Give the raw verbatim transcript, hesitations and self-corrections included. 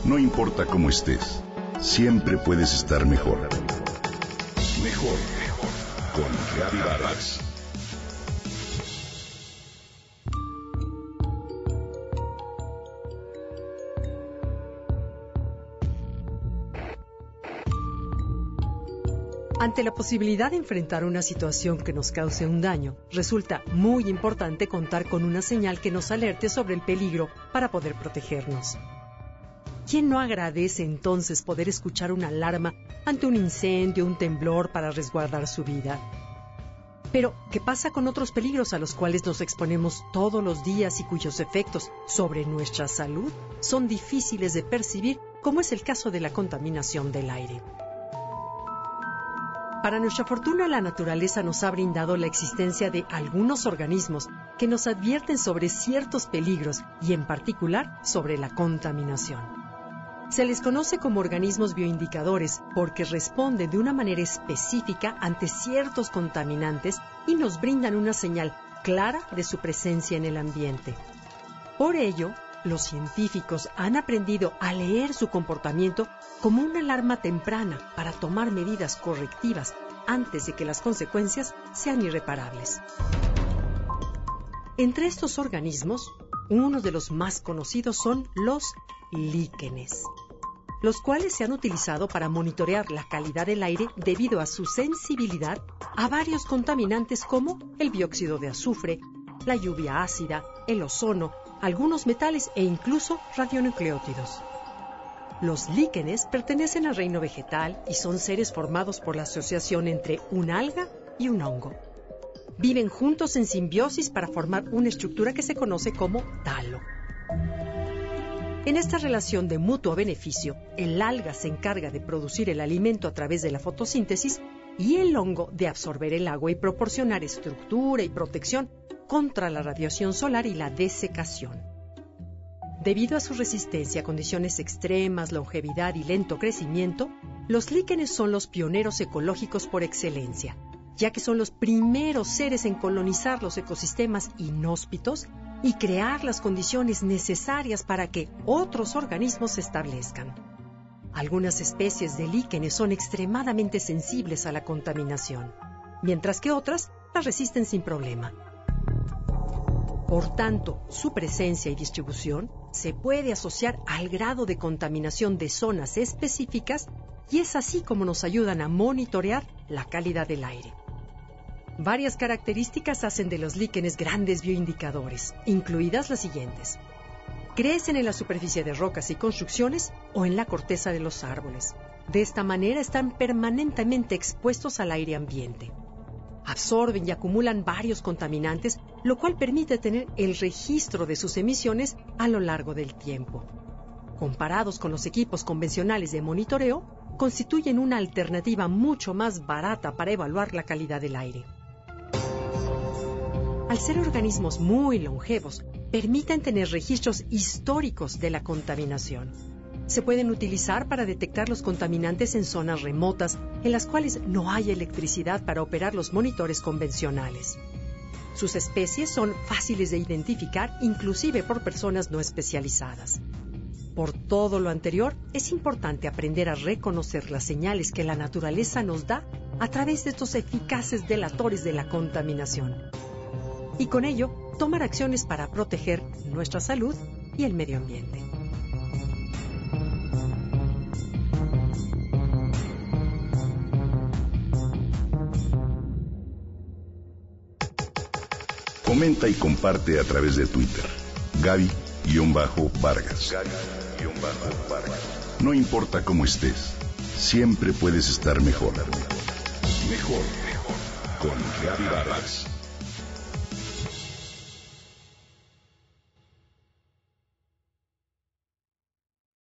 No importa cómo estés, siempre puedes estar mejor. Mejor, mejor. Con Gaby Vargas. Ante la posibilidad de enfrentar una situación que nos cause un daño, resulta muy importante contar con una señal que nos alerte sobre el peligro para poder protegernos. ¿Quién no agradece entonces poder escuchar una alarma ante un incendio, un temblor para resguardar su vida? Pero, ¿qué pasa con otros peligros a los cuales nos exponemos todos los días y cuyos efectos sobre nuestra salud son difíciles de percibir, como es el caso de la contaminación del aire? Para nuestra fortuna, la naturaleza nos ha brindado la existencia de algunos organismos que nos advierten sobre ciertos peligros y, en particular, sobre la contaminación. Se les conoce como organismos bioindicadores porque responden de una manera específica ante ciertos contaminantes y nos brindan una señal clara de su presencia en el ambiente. Por ello, los científicos han aprendido a leer su comportamiento como una alarma temprana para tomar medidas correctivas antes de que las consecuencias sean irreparables. Entre estos organismos, uno de los más conocidos son los líquenes, los cuales se han utilizado para monitorear la calidad del aire debido a su sensibilidad a varios contaminantes como el dióxido de azufre, la lluvia ácida, el ozono, algunos metales e incluso radionucleótidos. Los líquenes pertenecen al reino vegetal y son seres formados por la asociación entre un alga y un hongo. Viven juntos en simbiosis para formar una estructura que se conoce como talo. En esta relación de mutuo beneficio, el alga se encarga de producir el alimento a través de la fotosíntesis y el hongo de absorber el agua y proporcionar estructura y protección contra la radiación solar y la desecación. Debido a su resistencia a condiciones extremas, longevidad y lento crecimiento, los líquenes son los pioneros ecológicos por excelencia, ya que son los primeros seres en colonizar los ecosistemas inhóspitos y crear las condiciones necesarias para que otros organismos se establezcan. Algunas especies de líquenes son extremadamente sensibles a la contaminación, mientras que otras las resisten sin problema. Por tanto, su presencia y distribución se puede asociar al grado de contaminación de zonas específicas y es así como nos ayudan a monitorear la calidad del aire. Varias características hacen de los líquenes grandes bioindicadores, incluidas las siguientes. Crecen en la superficie de rocas y construcciones o en la corteza de los árboles. De esta manera están permanentemente expuestos al aire ambiente. Absorben y acumulan varios contaminantes, lo cual permite tener el registro de sus emisiones a lo largo del tiempo. Comparados con los equipos convencionales de monitoreo, constituyen una alternativa mucho más barata para evaluar la calidad del aire. Al ser organismos muy longevos, permiten tener registros históricos de la contaminación. Se pueden utilizar para detectar los contaminantes en zonas remotas en las cuales no hay electricidad para operar los monitores convencionales. Sus especies son fáciles de identificar, inclusive por personas no especializadas. Por todo lo anterior, es importante aprender a reconocer las señales que la naturaleza nos da a través de estos eficaces delatores de la contaminación. Y con ello, tomar acciones para proteger nuestra salud y el medio ambiente. Comenta y comparte a través de Twitter. Gaby-Vargas. Gaby-Vargas. No importa cómo estés, siempre puedes estar mejor. Mejor, mejor. Con Gaby Vargas.